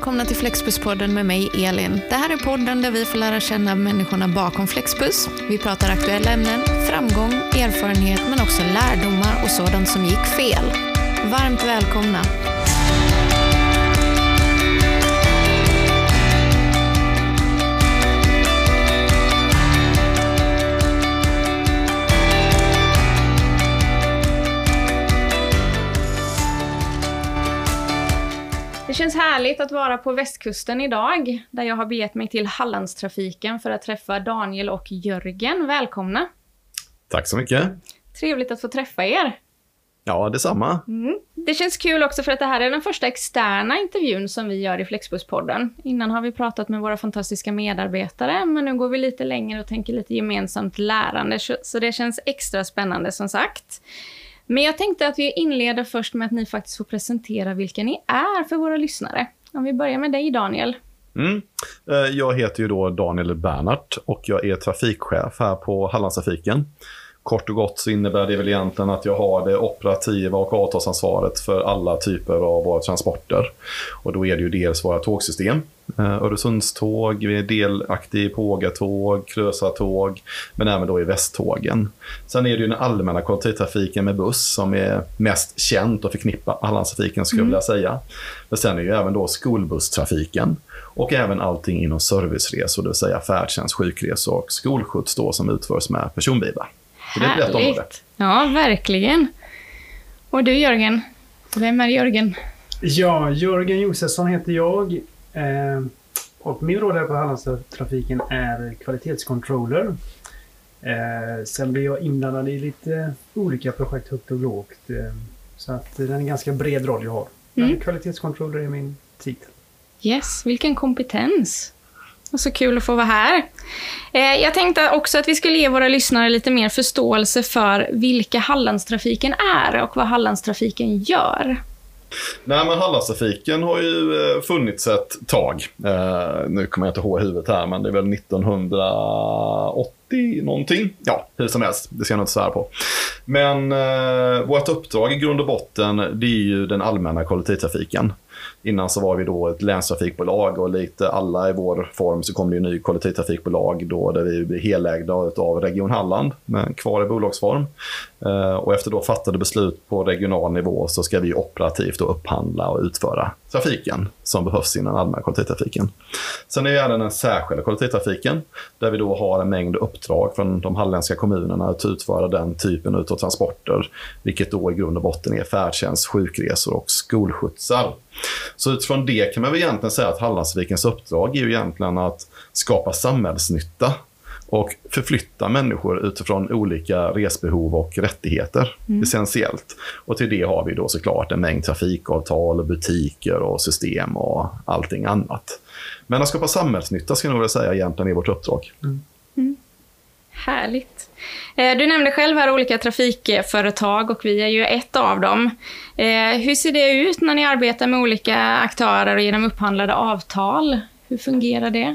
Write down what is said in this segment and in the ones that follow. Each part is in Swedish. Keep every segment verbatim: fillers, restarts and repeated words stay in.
välkomna till Flexbuspodden med mig, Elin. Det här är podden där vi får lära känna människorna bakom Flexbus. Vi pratar aktuella ämnen, framgång, erfarenhet men också lärdomar och sådant som gick fel. Varmt välkomna! Det känns härligt att vara på västkusten idag, där jag har begett mig till Hallandstrafiken för att träffa Daniel och Jörgen. Välkomna! Tack så mycket! Trevligt att få träffa er! Ja, detsamma! Mm. Det känns kul också för att det här är den första externa intervjun som vi gör i Flexbuspodden. Innan har vi pratat med våra fantastiska medarbetare, men nu går vi lite längre och tänker lite gemensamt lärande, så det känns extra spännande som sagt. Men jag tänkte att vi inleder först med att ni faktiskt får presentera vilka ni är för våra lyssnare. Om vi börjar med dig, Daniel. Mm. Jag heter ju då Daniel Bernhardt och jag är trafikchef här på Hallandstrafiken. Kort och gott så innebär det väl egentligen att jag har det operativa och avtalsansvaret för alla typer av våra transporter. Och då är det ju dels våra tågsystem. Öresundståg, vi är delaktiga i Pågatåg, Krösatåg, men även då i Västtågen. Sen är det ju den allmänna kollektivtrafiken med buss som är mest känt och förknippat med Hallandstrafiken skulle mm. jag säga. Men sen är ju även då skolbusstrafiken och även allting inom serviceresor, det vill säga färdtjänst, sjukresor och skolskjuts då som utförs med personbilar. Så det är ett lätt område. Ja, verkligen. Och du, Jörgen? Vem är Jörgen? Ja, Jörgen Josefsson heter jag. Eh, och min roll här på Hallandstrafiken är kvalitetscontroller. Eh, sen blir jag inblandad i lite olika projekt högt och lågt. Eh, så att det är en ganska bred roll jag har. Mm. Men kvalitetscontroller är min titel. Yes, vilken kompetens. Och så kul att få vara här. Eh, jag tänkte också att vi skulle ge våra lyssnare lite mer förståelse för vilka Hallandstrafiken är och vad Hallandstrafiken gör. Nej, men Hallandstrafiken har ju funnits ett tag. Eh, nu kommer jag inte ihåg huvudet här, men det är väl nittonhundraåttio någonting. Ja, hur som helst, det ska jag inte svära på. Men eh, vårt uppdrag i grund och botten, det är ju den allmänna kollektivtrafiken. Innan så var vi då ett länstrafikbolag och lite alla i vår form så kom det ju en ny kollektivtrafikbolag då där vi blir helägda av Region Halland men kvar i bolagsform. Uh, och efter då fattade beslut på regional nivå så ska vi operativt då upphandla och utföra trafiken som behövs inom allmänna kollektivtrafiken. Sen är det även den särskilda kollektivtrafiken där vi då har en mängd uppdrag från de halländska kommunerna att utföra den typen av transporter, vilket då i grund och botten är färdtjänst, sjukresor och skolskjutsar. Så utifrån det kan man väl egentligen säga att Hallandstrafikens uppdrag är ju egentligen att skapa samhällsnytta och förflytta människor utifrån olika resbehov och rättigheter, mm. essentiellt. Och till det har vi då såklart en mängd trafikavtal och butiker och system och allting annat. Men att skapa samhällsnytta ska jag nog vilja säga egentligen är vårt uppdrag. Mm. Mm. Härligt. Du nämnde själv här olika trafikföretag och vi är ju ett av dem. Hur ser det ut när ni arbetar med olika aktörer och genom upphandlade avtal? Hur fungerar det?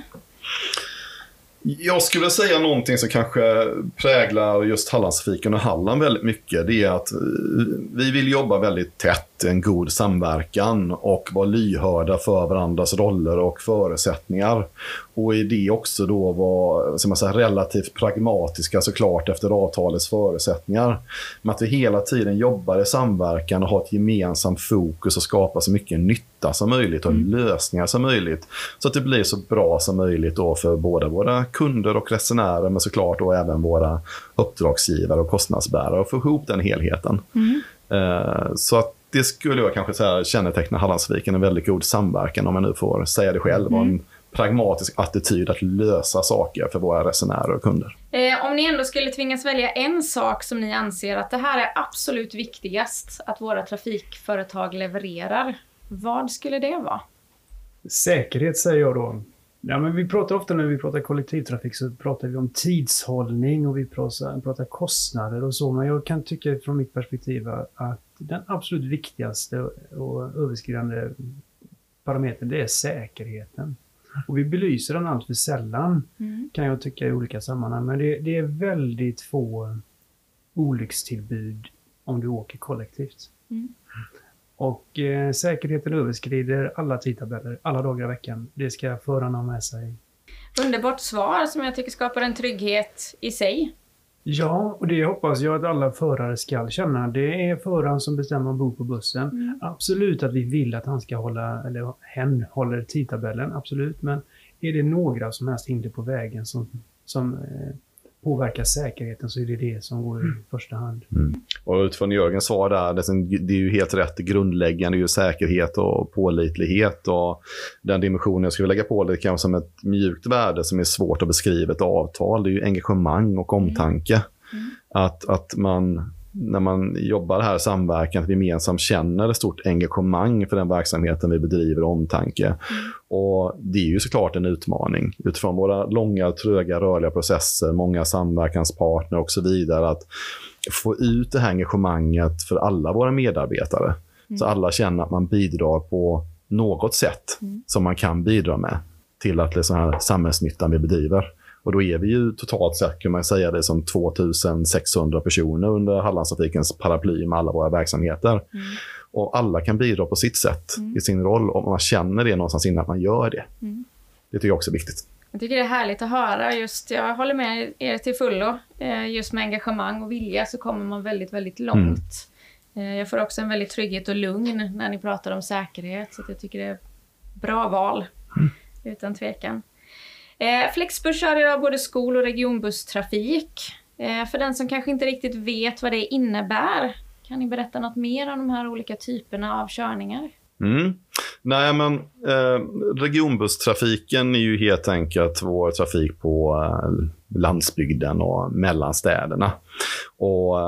Jag skulle säga någonting som kanske präglar just Hallandstrafiken och Halland väldigt mycket. Det är att vi vill jobba väldigt tätt, en god samverkan och vara lyhörda för varandras roller och förutsättningar. Och i det också då vara som man säger, relativt pragmatiska såklart efter avtalets förutsättningar. Men att vi hela tiden jobbar i samverkan och har ett gemensamt fokus och skapar så mycket nytta som möjligt och mm. lösningar som möjligt. Så att det blir så bra som möjligt då för både våra kunder och resenärer men såklart då även våra uppdragsgivare och kostnadsbärare och få ihop den helheten. Mm. Uh, så att det skulle jag kanske säga känneteckna Hallandstrafiken en väldigt god samverkan om man nu får säga det själv mm. och en pragmatisk attityd att lösa saker för våra resenärer och kunder. Eh, om ni ändå skulle tvingas välja en sak som ni anser att det här är absolut viktigast att våra trafikföretag levererar, vad skulle det vara? Säkerhet säger jag då. Ja, men vi pratar ofta när vi pratar kollektivtrafik så pratar vi om tidshållning och vi pratar, pratar kostnader och så. Men jag kan tycka från mitt perspektiv att den absolut viktigaste och överskridande parametern det är säkerheten. Och vi belyser den allt för sällan mm. kan jag tycka i olika sammanhang. Men det, det är väldigt få olyckstillbud om du åker kollektivt. Mm. Och eh, säkerheten överskrider alla tidtabeller, alla dagar i veckan. Det ska förarna ha med sig. Underbart svar som jag tycker skapar en trygghet i sig. Ja, och det hoppas jag att alla förare ska känna. Det är föraren som bestämmer ombord på bussen. Mm. Absolut att vi vill att han ska hålla, eller hen håller tidtabellen, absolut. Men är det några som helst hinder på vägen som, som eh, påverkar säkerheten, så är det det som går i första hand. Mm. Och utifrån Jörgens svar där, det är ju helt rätt, grundläggande är ju säkerhet och pålitlighet, och den dimensionen jag skulle lägga på det kanske som ett mjukt värde som är svårt att beskriva ett avtal, det är ju engagemang och omtanke. Mm. Mm. Att, att man, när man jobbar här samverkan, att vi gemensamt känner ett stort engagemang för den verksamheten vi bedriver och omtanke. Mm. Och det är ju såklart en utmaning utifrån våra långa, tröga, rörliga processer, många samverkanspartner och så vidare, att få ut det här engagemanget för alla våra medarbetare. Mm. Så alla känner att man bidrar på något sätt mm. som man kan bidra med till att det är så här samhällsnyttan vi bedriver. Och då är vi ju totalt sett, kan man säga det, som tvåtusensexhundra personer under Hallandstrafikens paraply med alla våra verksamheter. Mm. Och alla kan bidra på sitt sätt mm. i sin roll, och man känner det någonstans innan att man gör det. Mm. Det tycker jag också är viktigt. Jag tycker det är härligt att höra. Just, jag håller med er till fullo. Just med engagemang och vilja så kommer man väldigt, väldigt långt. Mm. Jag får också en väldigt trygghet och lugn när ni pratar om säkerhet. Så jag tycker det är bra val, mm. utan tvekan. Eh, Flexbus kör idag både skol- och regionbusstrafik. Eh, för den som kanske inte riktigt vet vad det innebär, kan ni berätta något mer om de här olika typerna av körningar? Mm. Nej, men eh, regionbusstrafiken är ju helt enkelt vår trafik på eh, landsbygden och mellanstäderna. Och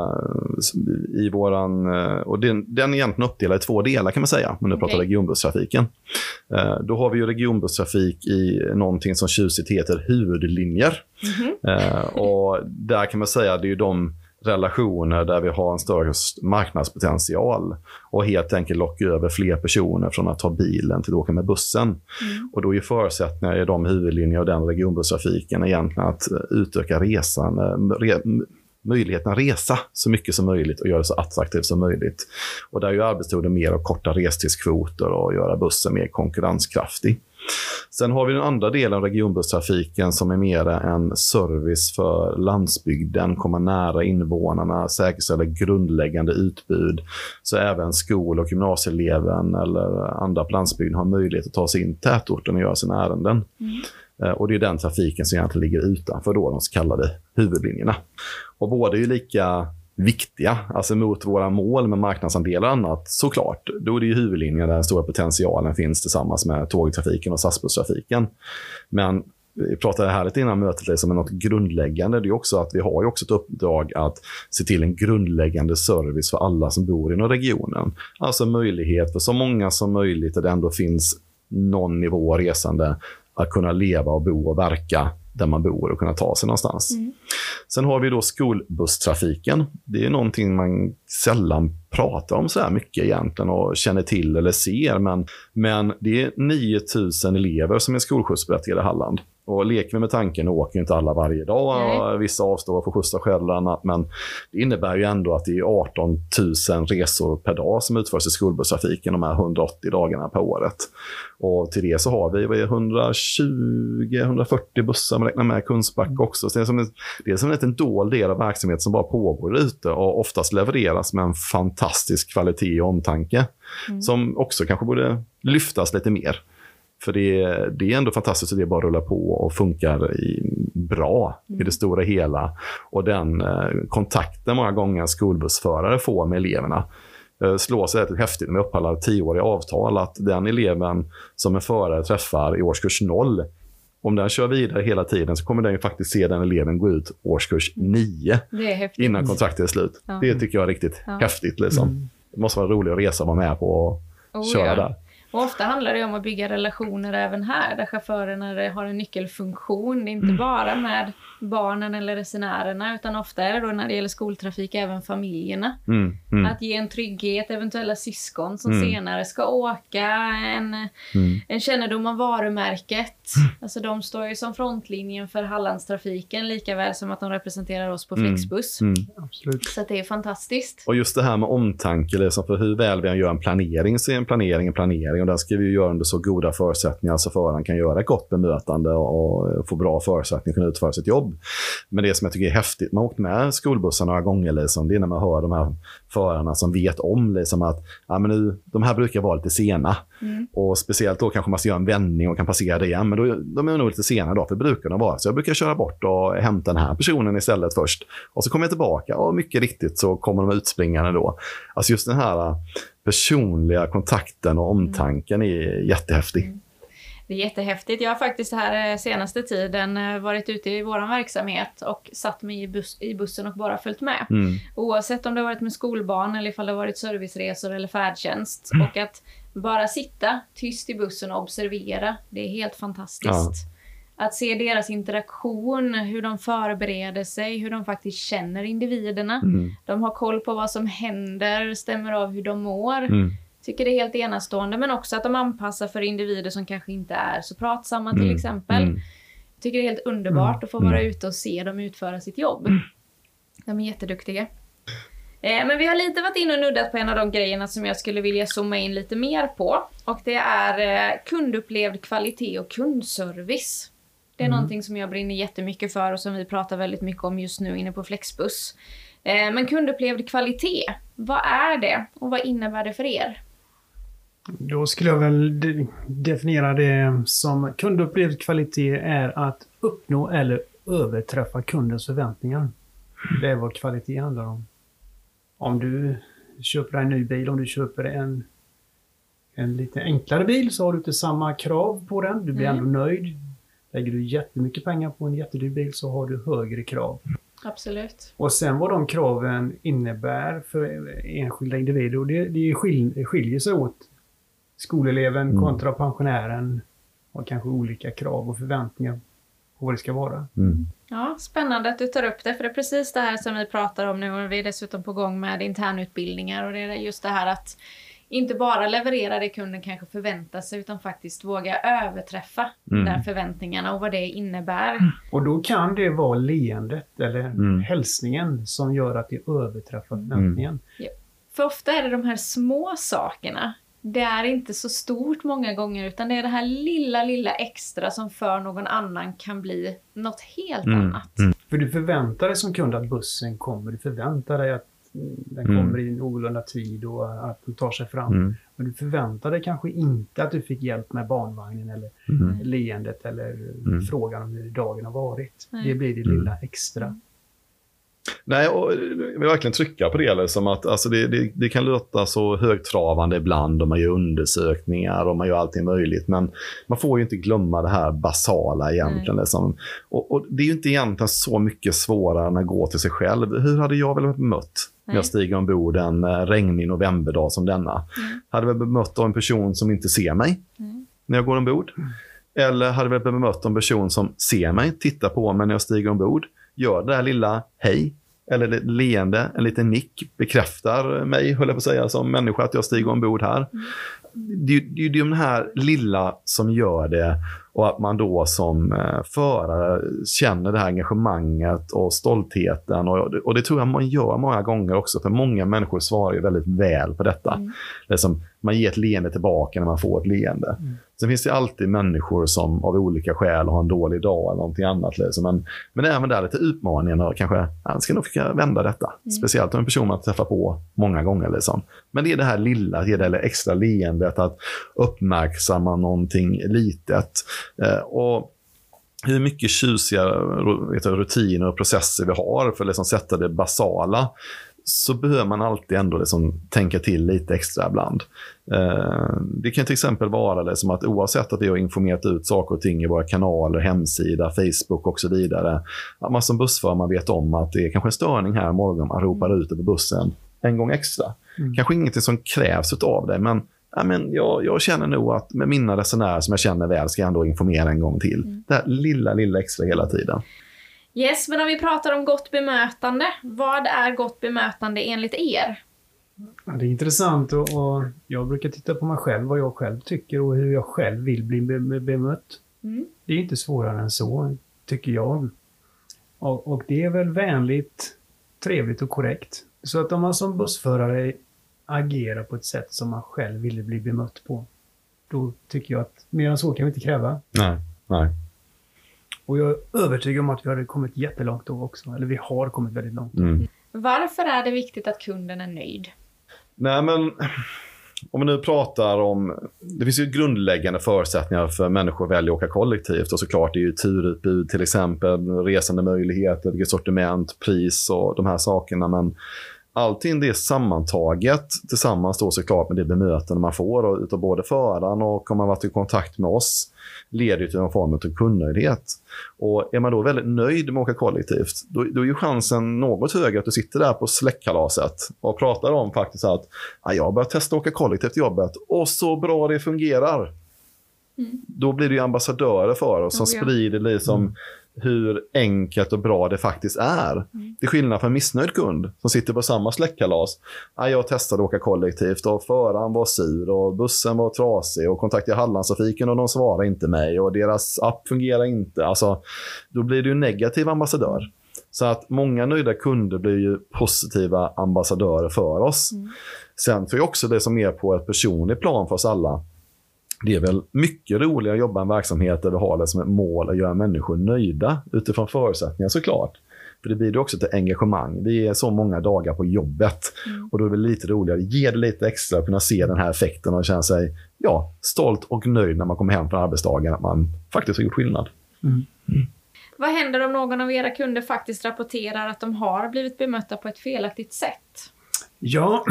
eh, i våran eh, och den, den är egentligen uppdelad i två delar, kan man säga, när vi okay. pratar regionbusstrafiken. Eh, då har vi ju regionbusstrafik i någonting som tjusigt heter huvudlinjer. Mm-hmm. eh, och där kan man säga att det är ju de relationer där vi har en större marknadspotential och helt enkelt lockar över fler personer från att ta bilen till att åka med bussen. Mm. Och då är förutsättningar i de huvudlinjer och den regionbusstrafiken egentligen att utöka resan, re, möjligheten att resa så mycket som möjligt och göra det så attraktivt som möjligt. Och där är ju arbetstiden mer att korta restidskvoter och göra bussen mer konkurrenskraftig. Sen har vi den andra delen av regionbusstrafiken som är mer en service för landsbygden, komma nära invånarna, säkerställa grundläggande utbud så även skol- och gymnasieeleven eller andra på landsbygden har möjlighet att ta sig in till tätorten och göra sina ärenden. Mm. Och det är den trafiken som egentligen ligger utanför då de så kallade huvudlinjerna. Och båda är ju lika viktiga, alltså mot våra mål med marknadsandelar och annat, såklart. Då är det ju huvudlinjen där den stora potentialen finns tillsammans med tågtrafiken och SAS-busstrafiken. Men vi pratade här lite innan mötet liksom, något grundläggande. Det är också att vi har ju också ett uppdrag att se till en grundläggande service för alla som bor inom regionen. Alltså möjlighet för så många som möjligt att det ändå finns någon nivå resande att kunna leva och bo och verka där man bor och kunna ta sig någonstans. Mm. Sen har vi då skolbusstrafiken. Det är någonting man sällan pratar om så här mycket egentligen och känner till eller ser. Men, men det är nio tusen elever som är skolskjutsberättigade i Halland. Och leker vi med tanken åker inte alla varje dag. Och vissa avstår för skjutsa själva annat. Men det innebär ju ändå att det är arton tusen resor per dag som utförs i skolbusstrafiken de här hundraåttio dagarna per året. Och till det så har vi hundratjugo till hundrafyrtio bussar, man räknar med Kungsbacka också. Så det är som en, det är som en liten dold del av verksamhet som bara pågår ute och oftast levereras med en fantastisk kvalitet och omtanke. Mm. Som också kanske borde lyftas lite mer. För det, det är ändå fantastiskt att det bara rullar på och funkar i, bra mm. i det stora hela. Och den eh, kontakten många gånger skolbussförare får med eleverna eh, slår sig rätt häftigt med upphandlar tioåriga avtal att den eleven som en förare träffar i årskurs noll, om den kör vidare hela tiden så kommer den ju faktiskt se den eleven gå ut årskurs nio innan kontraktet är slut. Ja. Det tycker jag är riktigt ja. häftigt. Liksom. Mm. Det måste vara roligt att resa och vara med på och oh, köra ja. där. Och ofta handlar det om att bygga relationer även här, där chaufförerna har en nyckelfunktion. Det är inte bara med barnen eller resenärerna, utan ofta är det då när det gäller skoltrafik även familjerna. Mm, mm. Att ge en trygghet, eventuella syskon som Mm. senare ska åka, en, Mm. en kännedom om varumärket. Alltså de står ju som frontlinjen för Hallandstrafiken, lika väl som att de representerar oss på Flexbus. Mm. Absolut. Så att det är fantastiskt. Och just det här med omtanke, liksom, för hur väl vi än gör en planering så är en planering en planering, och den ska vi ju göra under så goda förutsättningar så föraren kan göra ett gott bemötande och få bra förutsättningar att kunna utföra sitt jobb. Men det som jag tycker är häftigt, man har åkt med skolbussar några gånger, liksom, det är när man hör de här förarna som vet om liksom, att ja, men nu, de här brukar vara lite sena. Mm. Och speciellt då kanske man ska göra en vändning och kan passera det igen, men då, de är nog lite sena då, för brukar de vara. Så jag brukar köra bort och hämta den här personen istället först. Och så kommer jag tillbaka och mycket riktigt så kommer de utspringande då. Alltså just den här personliga kontakten och omtanken är jättehäftig. Mm. Det är jättehäftigt. Jag har faktiskt här senaste tiden varit ute i vår verksamhet och satt mig i, bus- i bussen och bara följt med. Mm. Oavsett om det har varit med skolbarn eller ifall det har varit serviceresor eller färdtjänst. Och att bara sitta tyst i bussen och observera, det är helt fantastiskt. Ja. Att se deras interaktion, hur de förbereder sig, hur de faktiskt känner individerna. Mm. De har koll på vad som händer, stämmer av hur de mår. Mm. Tycker det är helt enastående, men också att de anpassar för individer som kanske inte är så pratsamma till mm. exempel. Mm. Tycker det är helt underbart mm. att få vara ute och se dem utföra sitt jobb. Mm. De är jätteduktiga. Eh, men vi har lite varit in och nuddat på en av de grejerna som jag skulle vilja zooma in lite mer på. Och det är eh, kundupplevd kvalitet och kundservice. Det är mm. någonting som jag brinner jättemycket för och som vi pratar väldigt mycket om just nu inne på Flexbus. Eh, men kundupplevd kvalitet, vad är det och vad innebär det för er? Då skulle jag väl de- definiera det som kundupplevd kvalitet är att uppnå eller överträffa kundens förväntningar. Det är vad kvalitet handlar om. Om du köper en ny bil, om du köper en, en lite enklare bil så har du inte samma krav på den. Du blir mm. ändå nöjd. Lägger du jättemycket pengar på en jättedyr bil så har du högre krav. Absolut. Och sen vad de kraven innebär för enskilda individer. Och det, det, skil, det skiljer sig åt. Skoleleven mm. kontra pensionären har kanske olika krav och förväntningar på vad det ska vara. Mm. Ja, spännande att du tar upp det. För det är precis det här som vi pratar om nu. Och vi är dessutom på gång med internutbildningar. Och det är just det här att inte bara leverera det kunden kanske förväntar sig, utan faktiskt våga överträffa mm. de där förväntningarna och vad det innebär. Och då kan det vara leendet eller mm. hälsningen som gör att det överträffar förväntningen. Mm. Ja. För ofta är det de här små sakerna. Det är inte så stort många gånger, utan det är det här lilla, lilla extra som för någon annan kan bli något helt mm. annat. Mm. För du förväntar dig som kund att bussen kommer. Du förväntar dig att den mm. kommer i någorlunda tid och att den tar sig fram. Mm. Men du förväntar dig kanske inte att du fick hjälp med barnvagnen eller mm. leendet eller mm. frågan om hur dagen har varit. Nej. Det blir det lilla extra. Mm. Nej, och jag vill verkligen trycka på det. Liksom att, alltså det, det, det kan låta så högtravande ibland och man gör undersökningar och man gör allting möjligt. Men man får ju inte glömma det här basala egentligen. Liksom. Och, och det är ju inte egentligen så mycket svårare än att gå till sig själv. Hur hade jag väl bemött när jag stiger ombord en regnig novemberdag som denna? Mm. Hade väl bemött av en person som inte ser mig mm. när jag går ombord? Mm. Eller hade väl bemött en person som ser mig, tittar på mig när jag stiger ombord? Gör det där lilla hej eller leende, en liten nick bekräftar mig, höll jag på att säga, som människa att jag stiger ombord här. Mm. Det, det, det är ju den här lilla som gör det, och att man då som förare känner det här engagemanget och stoltheten, och, och det tror jag man gör många gånger också, för många människor svarar ju väldigt väl på detta. Mm. Det är som man ger ett leende tillbaka när man får ett leende. Mm. Sen finns det alltid människor som av olika skäl har en dålig dag eller någonting annat. Liksom. Men, men även där lite utmaningen och kanske, jag ska nog försöka vända detta. Mm. Speciellt om en person man träffar på många gånger. Liksom. Men det är det här lilla, det är det extra leendet, att uppmärksamma någonting litet. Eh, och hur mycket tjusiga vet du, rutiner och processer vi har för att liksom sätta det basala, så behöver man alltid ändå liksom tänka till lite extra ibland. Eh, det kan till exempel vara det som att oavsett att vi har informerat ut saker och ting i våra kanaler, hemsida, Facebook och så vidare, att man som bussförare man vet om att det är kanske en störning här imorgon, man ropar ut det på bussen en gång extra. Mm. Kanske ingenting som krävs av dig, men ja, men jag, jag känner nog att med mina resenärer som jag känner väl ska jag ändå informera en gång till. Mm. Det här lilla, lilla extra hela tiden. Yes, men om vi pratar om gott bemötande, vad är gott bemötande enligt er? Ja, det är intressant och, och jag brukar titta på mig själv, vad jag själv tycker och hur jag själv vill bli be- bemött. Mm. Det är inte svårare än så, tycker jag. Och, och det är väl vänligt, trevligt och korrekt. Så att om man som bussförare agerar på ett sätt som man själv ville bli bemött på, då tycker jag att mer än så kan vi inte kräva. Nej, nej. Och jag är övertygad om att vi har kommit jättelångt då också. Eller vi har kommit väldigt långt. Mm. Varför är det viktigt att kunden är nöjd? Nej, men om vi nu pratar om... Det finns ju grundläggande förutsättningar för människor att välja att åka kollektivt. Och såklart det är ju turutbud till exempel, resande möjligheter, vilket sortiment, pris och de här sakerna. Men allting det sammantaget tillsammans då såklart med det bemötande man får och utav både föraren och om man varit i kontakt med oss leder till en form av kundnöjdhet. Och är man då väldigt nöjd med att åka kollektivt, då, då är ju chansen något högre att du sitter där på släckkalaset och pratar om faktiskt att ah, jag har börjat testa att åka kollektivt i jobbet och så bra det fungerar. Mm. Då blir det ju ambassadörer för oss som oh, ja. sprider liksom mm. hur enkelt och bra det faktiskt är. Mm. Det är skillnad för en missnöjd kund som sitter på samma släckkalas. Ah, jag testade att åka kollektivt och föraren var sur och bussen var trasig och kontaktade Hallandstrafiken och de svarade inte mig och deras app fungerar inte. Alltså, då blir det ju negativ ambassadör. Så att många nöjda kunder blir ju positiva ambassadörer för oss. Mm. Sen tror jag också det som är på ett personligt plan för oss alla. Det är väl mycket roligare att jobba i en verksamhet där vi har det som ett mål att göra människor nöjda utifrån förutsättningar såklart. För det blir det också till engagemang. Vi är så många dagar på jobbet mm. och då är det lite roligare. Ge det lite extra att kunna se den här effekten och känna sig ja, stolt och nöjd när man kommer hem från arbetsdagen att man faktiskt har gjort skillnad. Mm. Mm. Vad händer om någon av era kunder faktiskt rapporterar att de har blivit bemötta på ett felaktigt sätt? Ja,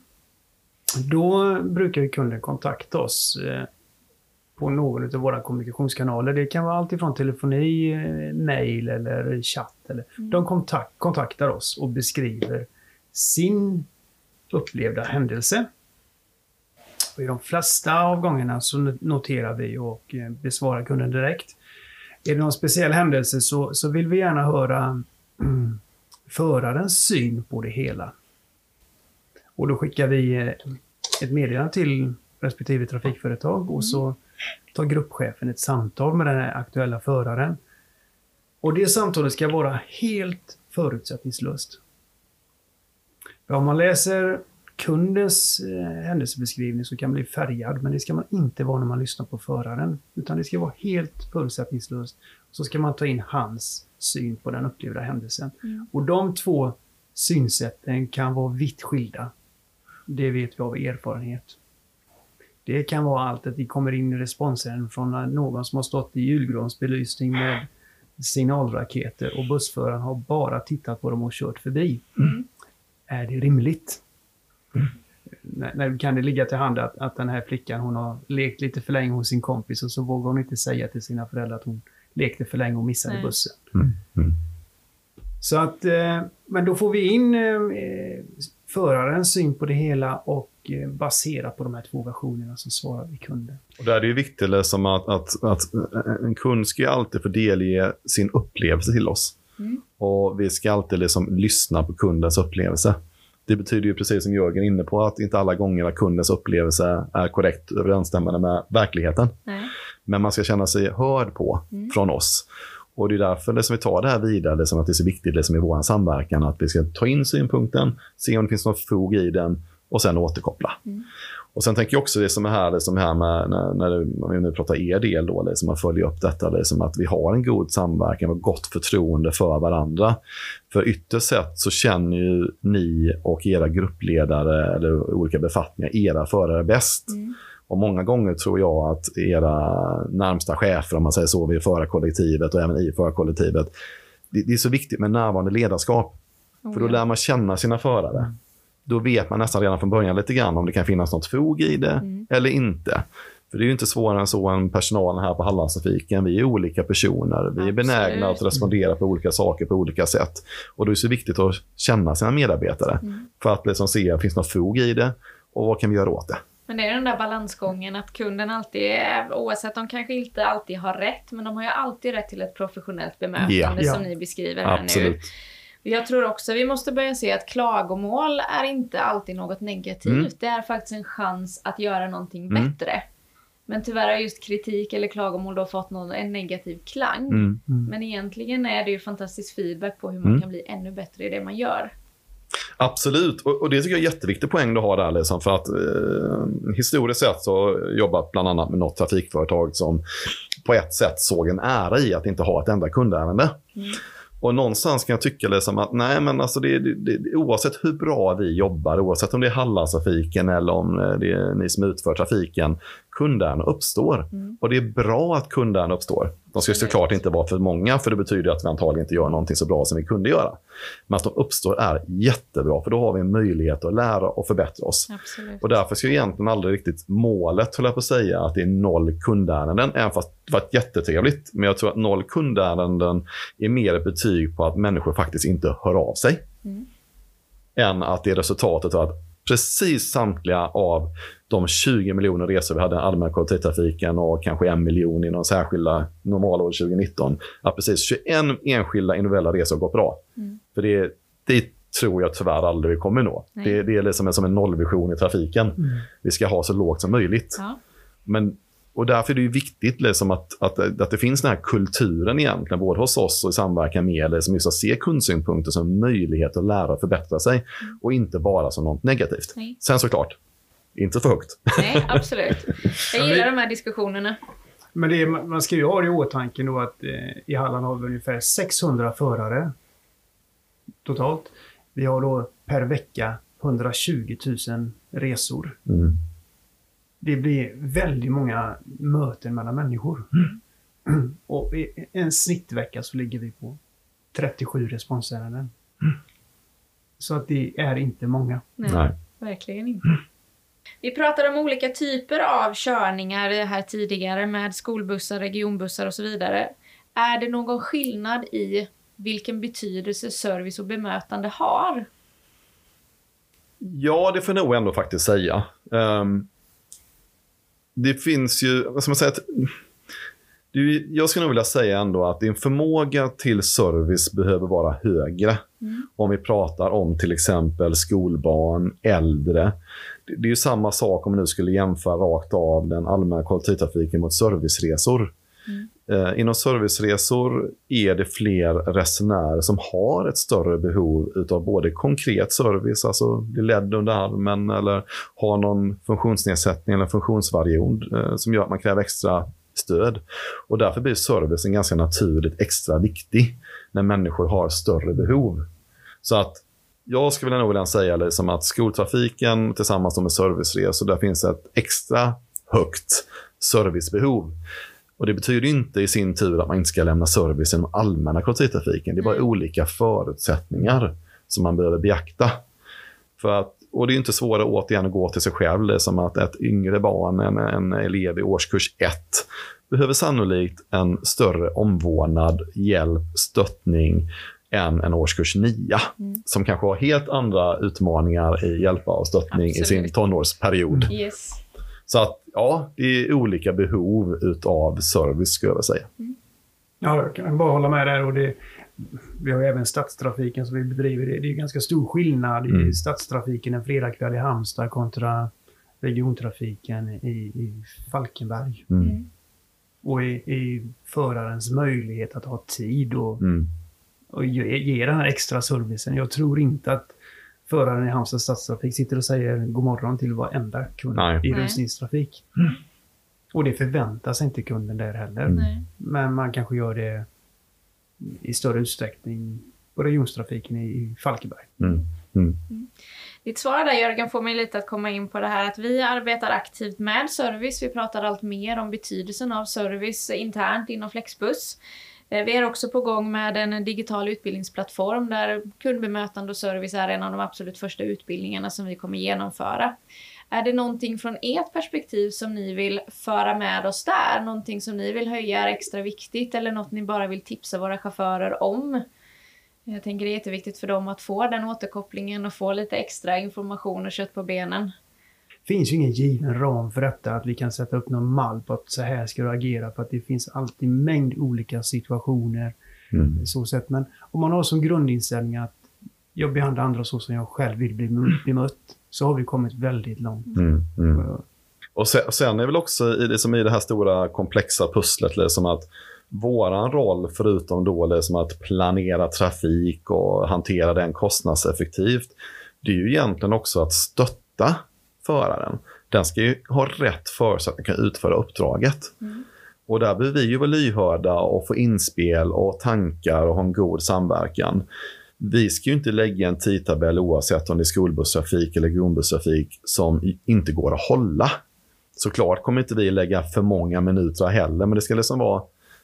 då brukar ju kunden kontakta oss på någon av våra kommunikationskanaler. Det kan vara allt ifrån telefoni, mejl eller chatt. Eller. Mm. De kontakt, kontaktar oss och beskriver sin upplevda händelse. Och i de flesta av gångerna så noterar vi och besvarar kunden direkt. Är det någon speciell händelse så, så vill vi gärna höra mm, förarens syn på det hela. Och då skickar vi ett meddelande till respektive trafikföretag och så tar gruppchefen ett samtal med den här aktuella föraren. Och det samtalet ska vara helt förutsättningslöst. För om man läser kundens eh, händelsebeskrivning så kan man bli färgad, men det ska man inte vara när man lyssnar på föraren. Utan det ska vara helt förutsättningslöst. Så ska man ta in hans syn på den upplevda händelsen. Mm. Och de två synsätten kan vara vitt skilda. Det vet vi av erfarenhet. Det kan vara allt att vi kommer in i responsen från någon som har stått i julgransbelysning med signalraketer och bussföraren har bara tittat på dem och kört förbi. Mm. Är det rimligt? Mm. När, när kan det ligga till hand att, att den här flickan hon har lekt lite för länge hos sin kompis och så vågar hon inte säga till sina föräldrar att hon lekte för länge och missade Nej. bussen. Mm. Mm. Så att, eh, men då får vi in eh, förarens syn på det hela och eh, baserat på de här två versionerna så svarar vi kunden. Och där är det ju viktigt liksom att, att, att en kund ska ju alltid få delge sin upplevelse till oss. Mm. Och vi ska alltid liksom lyssna på kundens upplevelse. Det betyder ju precis som Jörgen är inne på att inte alla gånger att kundens upplevelse är korrekt överensstämmande med verkligheten. Nej. Men man ska känna sig hörd på mm. från oss. Och det är därför det som vi tar det här vidare, det som att det är så viktigt det som i vår samverkan, att vi ska ta in synpunkten, se om det finns något fog i den och sen återkoppla. Mm. Och sen tänker jag också det som är här, det som är här med, när, när vi nu pratar er del då, det som att följa upp detta, det som att vi har en god samverkan och gott förtroende för varandra. För ytterst sett så känner ju ni och era gruppledare eller olika befattningar era förare bäst. Mm. Och många gånger tror jag att era närmsta chefer, om man säger så, vid förarkollektivet och även i förarkollektivet, det, det är så viktigt med närvarande ledarskap. Oh, för då lär man känna sina förare. Mm. Då vet man nästan redan från början lite grann om det kan finnas något fog i det mm. eller inte. För det är ju inte svårare än så än personalen här på Hallandstrafiken. Vi är olika personer. Vi är benägna att respondera på olika saker på olika sätt. Och då är det så viktigt att känna sina medarbetare. Mm. För att liksom se om det finns något fog i det och vad kan vi göra åt det. Men det är den där balansgången att kunden alltid, oavsett de kanske inte alltid har rätt, men de har ju alltid rätt till ett professionellt bemötande yeah. som ni beskriver här Absolut. nu. Jag tror också vi måste börja se att klagomål är inte alltid något negativt. Mm. Det är faktiskt en chans att göra någonting mm. bättre. Men tyvärr har just kritik eller klagomål då fått någon, en negativ klang. Mm. Mm. Men egentligen är det ju fantastisk feedback på hur man mm. kan bli ännu bättre i det man gör. Absolut, och, och det tycker jag är en jätteviktig poäng du har där liksom, för att eh, historiskt sett så har jag jobbat bland annat med något trafikföretag som på ett sätt såg en ära i att inte ha ett enda kundärende. Mm. Och någonstans kan jag tycka liksom att nej, men alltså det, det, det, oavsett hur bra vi jobbar, oavsett om det är Hallandstrafiken eller om det är ni som utför trafiken, kundärenden uppstår. Mm. Och det är bra att kundärenden uppstår. De ska såklart inte vara för många, för det betyder att vi antagligen inte gör någonting så bra som vi kunde göra. Men att de uppstår är jättebra, för då har vi en möjlighet att lära och förbättra oss. Absolut. Och därför ska egentligen aldrig riktigt målet, håller jag på att säga, att det är noll kundärenden, även fast det var jättetrevligt. Men jag tror att noll kundärenden är mer ett betyg på att människor faktiskt inte hör av sig. Mm. Än att det är resultatet av att precis samtliga av de tjugo miljoner resor vi hade i allmänna kollektivtrafiken och kanske en miljon i någon särskilda normalår tjugonitton, att precis tjugoen enskilda individuella resor går bra. Mm. För det, det tror jag tyvärr aldrig vi kommer nå. Det, det är liksom en, som en nollvision i trafiken. Mm. Vi ska ha så lågt som möjligt. Ja. Men, och därför är det ju viktigt liksom att, att, att det finns den här kulturen egentligen, både hos oss och i samverkan med er, som just att se kundsynpunkter som möjlighet att lära och förbättra sig. Mm. Och inte bara som något negativt. Nej. Sen såklart, inte för högt. Nej, absolut. Jag gillar de här diskussionerna. Men det är, man ska ju ha det i åtanke då att eh, i Halland har vi ungefär sexhundra förare totalt. Vi har då per vecka hundratjugo tusen resor. Mm. Det blir väldigt många möten mellan människor. Mm. Och i en snittvecka så ligger vi på trettiosju responsärenden. Mm. Så att det är inte många. Nej, Nej. Verkligen inte. Mm. Vi pratade om olika typer av körningar här tidigare med skolbussar, regionbussar och så vidare. Är det någon skillnad i vilken betydelse service och bemötande har? Ja, det får jag nog ändå faktiskt säga. Um, det finns ju, vad ska man säga, att, det, jag skulle nog vilja säga ändå att din förmåga till service behöver vara högre. Mm. Om vi pratar om till exempel skolbarn, äldre. Det, det är ju samma sak om man nu skulle jämföra rakt av den allmänna kollektivtrafiken mot serviceresor. Mm. Eh, inom serviceresor är det fler resenärer som har ett större behov utav både konkret service, alltså bli ledd under armen eller ha någon funktionsnedsättning eller funktionsvariation eh, som gör att man kräver extra stöd. Och därför blir servicen ganska naturligt extra viktig när människor har större behov. Så att jag skulle nog vilja säga liksom att skoltrafiken tillsammans med serviceresor, där finns ett extra högt servicebehov. Och det betyder inte i sin tur att man inte ska lämna service inom allmänna kollektivtrafiken. Det är bara mm. olika förutsättningar som man behöver beakta. För att, och det är inte svårare återigen att gå till sig själv. Det är som att ett yngre barn, en, en elev i årskurs ett, behöver sannolikt en större omvårdnad, hjälp, stöttning än en årskurs nio. Mm. Som kanske har helt andra utmaningar i hjälpa och stöttning Absolut. I sin tonårsperiod. Mm. Yes. Så att ja, det är olika behov utav service skulle jag säga. Mm. Ja, jag kan bara hålla med där. Och det, vi har även stadstrafiken som vi bedriver. Det, det är ganska stor skillnad mm. i stadstrafiken en fredagkväll i Halmstad kontra regiontrafiken i, i Falkenberg. Mm. Och i, i förarens möjlighet att ha tid och, mm. och ge, ge den här extra servicen. Jag tror inte att föraren i Halmstad stadstrafik sitter och säger god morgon till varenda kund Nej. I rusningstrafik. Mm. Och det förväntar sig inte kunden där heller. Mm. Men man kanske gör det i större utsträckning på regionstrafiken i, i Falkenberg. Mm. Mm. Mm. Ditt svar där, Jörgen, får mig lite att komma in på det här att vi arbetar aktivt med service. Vi pratar allt mer om betydelsen av service internt inom Flexbus. Vi är också på gång med en digital utbildningsplattform där kundbemötande och service är en av de absolut första utbildningarna som vi kommer genomföra. Är det någonting från ert perspektiv som ni vill föra med oss där? Någonting som ni vill höja är extra viktigt eller något ni bara vill tipsa våra chaufförer om? Jag tänker det är jätteviktigt för dem att få den återkopplingen och få lite extra information och kött på benen. finns ju ingen given ram för detta, att vi kan sätta upp någon mall på att så här ska du agera, för att det finns alltid mängd olika situationer. Mm. Så sätt. Men om man har som grundinställning att jag behandlar andra så som jag själv vill bli, bli mött, så har vi kommit väldigt långt. Mm. Mm. Och sen, sen är väl också i det, som i det här stora komplexa pusslet liksom att våran roll, förutom då liksom att planera trafik och hantera den kostnadseffektivt, det är ju egentligen också att stötta föraren. Den ska ju ha rätt förutsättningar att utföra uppdraget. Mm. Och där behöver vi ju vara lyhörda och få inspel och tankar och ha en god samverkan. Vi ska ju inte lägga en tidtabell oavsett om det är skolbusstrafik eller grundbusstrafik som inte går att hålla. Såklart kommer inte vi lägga för många minuter heller, men det ska liksom vara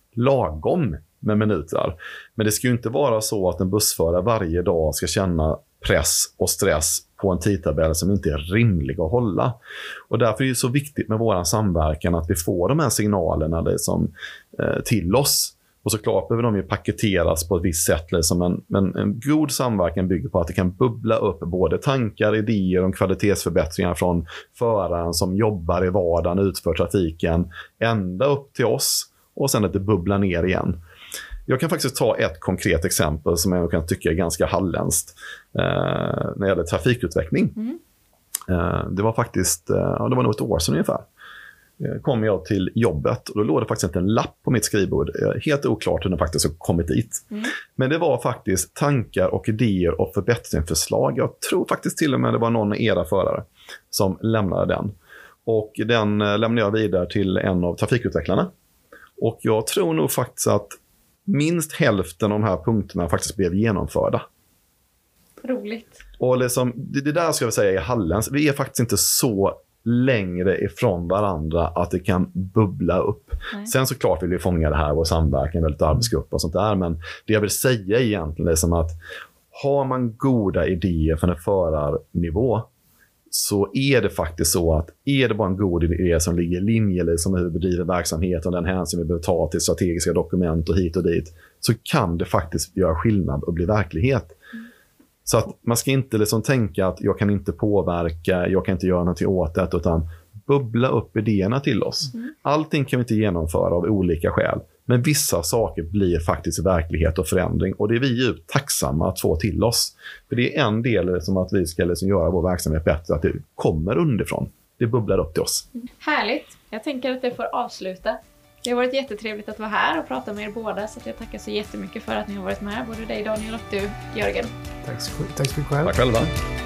lagom med minuter. Men det ska ju inte vara så att en bussförare varje dag ska känna press och stress på en tidtabell som inte är rimlig att hålla. Och därför är det så viktigt med våran samverkan att vi får de här signalerna liksom, eh, till oss. Och såklart behöver de ju paketeras på ett visst sätt. Liksom. Men, men en god samverkan bygger på att det kan bubbla upp både tankar, idéer om kvalitetsförbättringar från föraren som jobbar i vardagen, utför trafiken, ända upp till oss och sen att det bubblar ner igen. Jag kan faktiskt ta ett konkret exempel som jag kan tycka är ganska halländskt eh, när det gäller trafikutveckling. Mm. Eh, det var faktiskt, eh, det var nog ett år sedan ungefär. Eh, kom jag till jobbet och då låg det faktiskt inte en lapp på mitt skrivbord. Eh, helt oklart hur den faktiskt har kommit dit. Mm. Men det var faktiskt tankar och idéer och förbättringsförslag. Jag tror faktiskt till och med det var någon av era förare som lämnade den. Och den eh, lämnade jag vidare till en av trafikutvecklarna. Och jag tror nog faktiskt att minst hälften av de här punkterna faktiskt blev genomförda. Roligt. Och liksom, det, det där ska jag säga är Hallens. Vi är faktiskt inte så längre ifrån varandra att det kan bubbla upp. Nej. Sen såklart vill vi fånga det här och samverkan med lite arbetsgrupp och sånt där. Men det jag vill säga egentligen är som att har man goda idéer från en förarnivå så är det faktiskt så att är det bara en god idé som ligger i linje liksom med hur vi bedriver verksamheten och den hänsyn vi behöver ta till strategiska dokument och hit och dit, så kan det faktiskt göra skillnad och bli verklighet. Mm. Så att man ska inte liksom tänka att jag kan inte påverka, jag kan inte göra någonting åt det, utan bubbla upp idéerna till oss. Mm. Allting kan vi inte genomföra av olika skäl. Men vissa saker blir faktiskt verklighet och förändring. Och det är vi ju tacksamma att få till oss. För det är en del som att vi ska liksom göra vår verksamhet bättre. Att det kommer underifrån. Det bubblar upp till oss. Mm. Härligt. Jag tänker att det får avsluta. Det har varit jättetrevligt att vara här och prata med er båda. Så jag tackar så jättemycket för att ni har varit med. Både dig Daniel och du Jörgen. Tack så, tack så mycket själv. Tack själva.